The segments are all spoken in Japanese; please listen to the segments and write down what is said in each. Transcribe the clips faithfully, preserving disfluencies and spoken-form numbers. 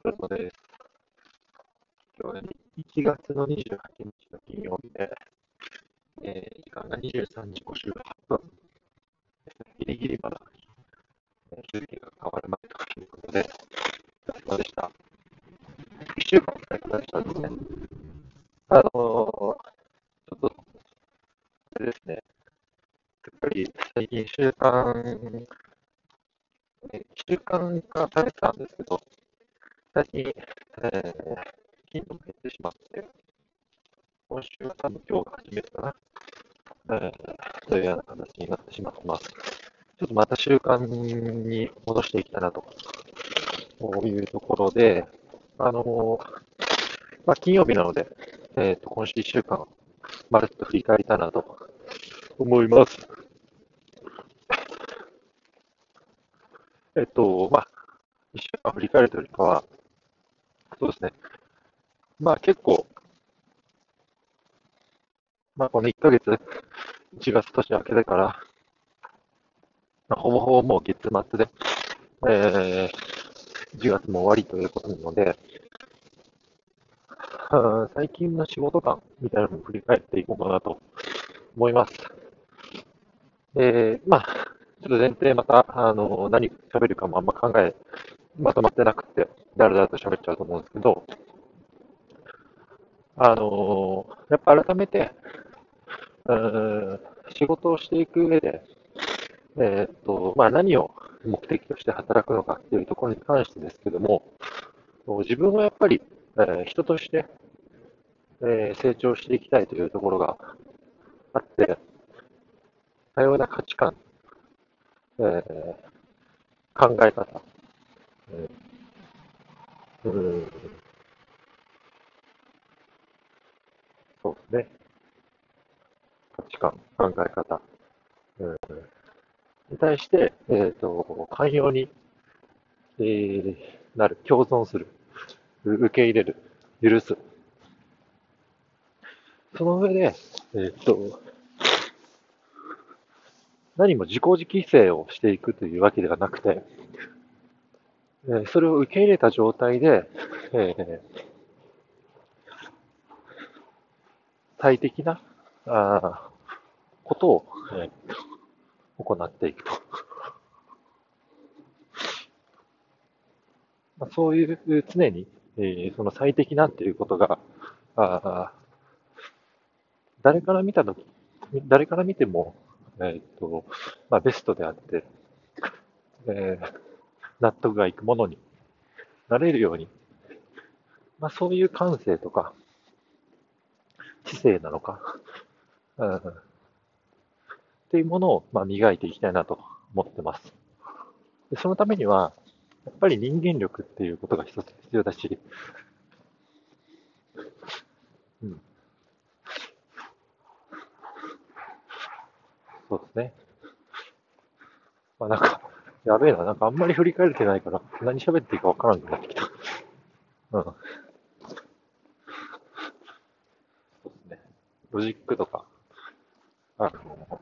そうです。今日はいちがつのにじゅうはちにちの金曜日で、えー時間がにじゅうさんじごじゅうはっぷん、ギリギリまだえー日付が変わる前ということで、お疲れ様でした。いっしゅうかんお疲れ様でしたですね。あのーちょっと、あれですね、やっぱり最近習慣、え習慣化されてたんですけど、最近、えー、頻度が減ってしまって、今週は多分今日が初めてかな、えー、というような形になってしまってます。ちょっとまた習慣に戻していきたいなというところで、あのーまあ、金曜日なので、えっと、今週いっしゅうかん、まるっと振り返りたいなと思います。えっと、まあ、いっしゅうかん振り返るというよりかは、そうですね。まあ結構、まあこのいっかげつ、いちがつ年明けてから、まあ、ほぼほぼもう月末で、えー、いちがつも終わりということなので、あ最近の仕事感みたいなのを振り返っていこうかなと思います。えー、まあ、ちょっと前提また、あの、何喋るかもあんま考え、まとまってなくて、だらだらと喋っちゃうと思うんですけど、あの、やっぱ改めて、うーん仕事をしていく上で、えーっと、まあ、何を目的として働くのかっていうところに関してですけども、自分はやっぱり、えー人として、えー成長していきたいというところがあって、多様な価値観、えー考え方、うん、そうですね、価値観、考え方、うん、に対して、えーっと、寛容に、えーなる、共存する、受け入れる、許す。その上で、えーっと、何も自己犠牲をしていくというわけではなくて、えーそれを受け入れた状態で、えー最適なあことを、えー行っていくと。まあ、そういう常に、えーその最適なっていうことが、あ誰から見たとき、誰から見ても、えーっと、まあ、ベストであって、えー納得がいくものになれるように、まあ、そういう感性とか知性なのか、うん、っていうものを、まあ、磨いていきたいなと思ってます。でそのためには、やっぱり人間力っていうことが一つ必要だし、うん、そうですね。まあ、なんか、やべえな、なんかあんまり振り返れてないから、何喋っていいかわからなくなってきた。うん、そうですね。ロジックとか、あの、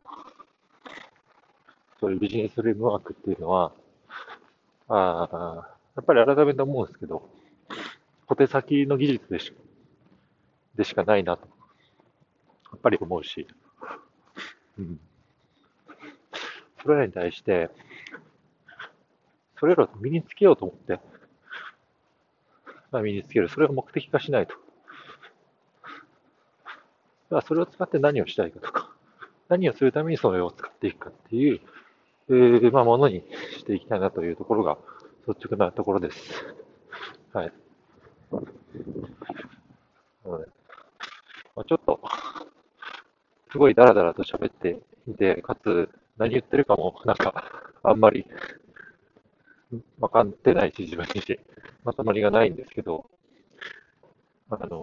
そういうビジネスフレームワークっていうのは、あやっぱり改めて思うんですけど、小手先の技術でしでしかないなと、やっぱり思うし、うん、それらに対して、それらを身につけようと思って、まあ、身につける。それを目的化しないと。だからそれを使って何をしたいかとか、何をするためにそれを使っていくかっていう、えーまあ、ものにしていきたいなというところが率直なところです。はい。なのでまあ、ちょっと、すごいダラダラと喋っていて、かつ、何言ってるかも、なんか、あんまり分かってないし、自分にし、まとまりがないんですけど、あの、ち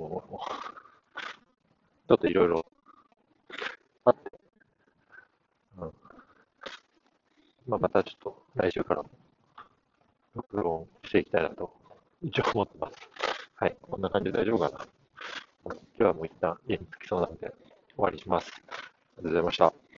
ょっといろいろあって、うん、まあ、またちょっと来週からも録音していきたいなと、一応思ってます。はい、こんな感じで大丈夫かな。今日はもう一旦家に着きそうなんで、終わりします。ありがとうございました。